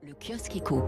Le kiosque éco.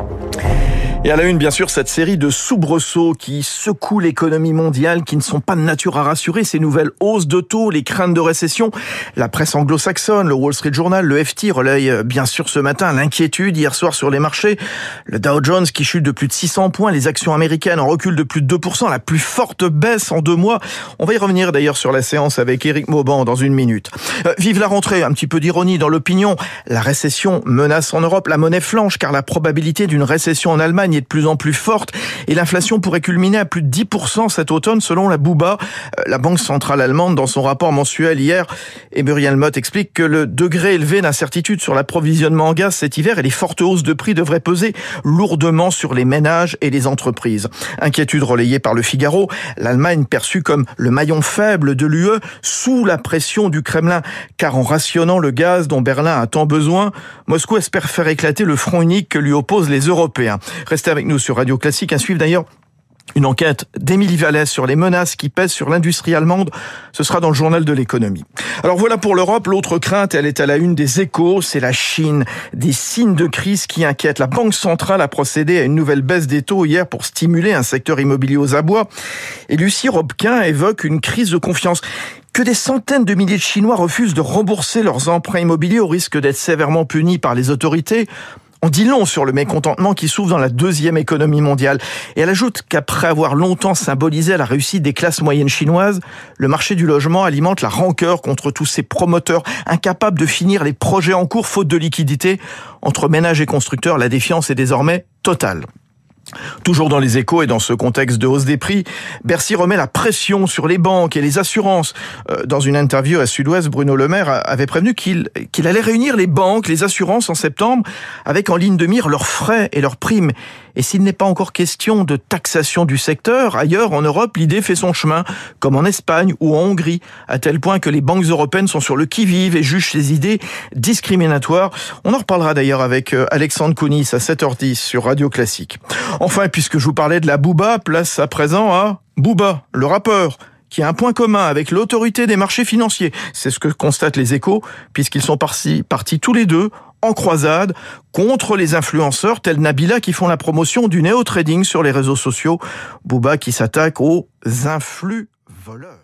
Et à la une, bien sûr, cette série de soubresauts qui secouent l'économie mondiale, qui ne sont pas de nature à rassurer. Ces nouvelles hausses de taux, les craintes de récession. La presse anglo-saxonne, le Wall Street Journal, le FT relaye bien sûr ce matin l'inquiétude hier soir sur les marchés. Le Dow Jones qui chute de plus de 600 points, les actions américaines en recul de plus de 2%, la plus forte baisse en 2 mois. On va y revenir d'ailleurs sur la séance avec Éric Mauban dans une minute. Vive la rentrée, un petit peu d'ironie dans l'opinion. La récession menace en Europe, la monnaie flanche car la probabilité d'une récession en Allemagne est de plus en plus forte et l'inflation pourrait culminer à plus de 10% cet automne selon la BUBA, la Banque centrale allemande, dans son rapport mensuel hier. Et Muriel Motte explique que le degré élevé d'incertitude sur l'approvisionnement en gaz cet hiver et les fortes hausses de prix devraient peser lourdement sur les ménages et les entreprises. Inquiétude relayée par le Figaro, l'Allemagne perçue comme le maillon faible de l'UE sous la pression du Kremlin, car en rationnant le gaz dont Berlin a tant besoin, Moscou espère faire éclater le front unique que lui opposent les Européens. Restez avec nous sur Radio Classique. À suivre d'ailleurs une enquête d'Émilie Vallès sur les menaces qui pèsent sur l'industrie allemande. Ce sera dans le journal de l'économie. Alors voilà pour l'Europe. L'autre crainte, elle est à la une des Échos, c'est la Chine. Des signes de crise qui inquiètent. La Banque centrale a procédé à une nouvelle baisse des taux hier pour stimuler un secteur immobilier aux abois. Et Lucie Robquin évoque une crise de confiance. Que des centaines de milliers de Chinois refusent de rembourser leurs emprunts immobiliers au risque d'être sévèrement punis par les autorités. On dit long sur le mécontentement qui s'ouvre dans la deuxième économie mondiale. Et elle ajoute qu'après avoir longtemps symbolisé la réussite des classes moyennes chinoises, le marché du logement alimente la rancœur contre tous ces promoteurs incapables de finir les projets en cours faute de liquidité. Entre ménages et constructeurs, la défiance est désormais totale. Toujours dans les Échos et dans ce contexte de hausse des prix, Bercy remet la pression sur les banques et les assurances. Dans une interview à Sud-Ouest, Bruno Le Maire avait prévenu qu'il allait réunir les banques, les assurances en septembre, avec en ligne de mire leurs frais et leurs primes. Et s'il n'est pas encore question de taxation du secteur, ailleurs en Europe, l'idée fait son chemin, comme en Espagne ou en Hongrie, à tel point que les banques européennes sont sur le qui-vive et jugent ces idées discriminatoires. On en reparlera d'ailleurs avec Alexandre Kounis à 7h10 sur Radio Classique. Enfin, puisque je vous parlais de la BUBA, place à présent à Booba, le rappeur, qui a un point commun avec l'autorité des marchés financiers. C'est ce que constatent les Échos, puisqu'ils sont partis tous les deux en croisade contre les influenceurs tels Nabila qui font la promotion du néo-trading sur les réseaux sociaux. Booba qui s'attaque aux influx voleurs.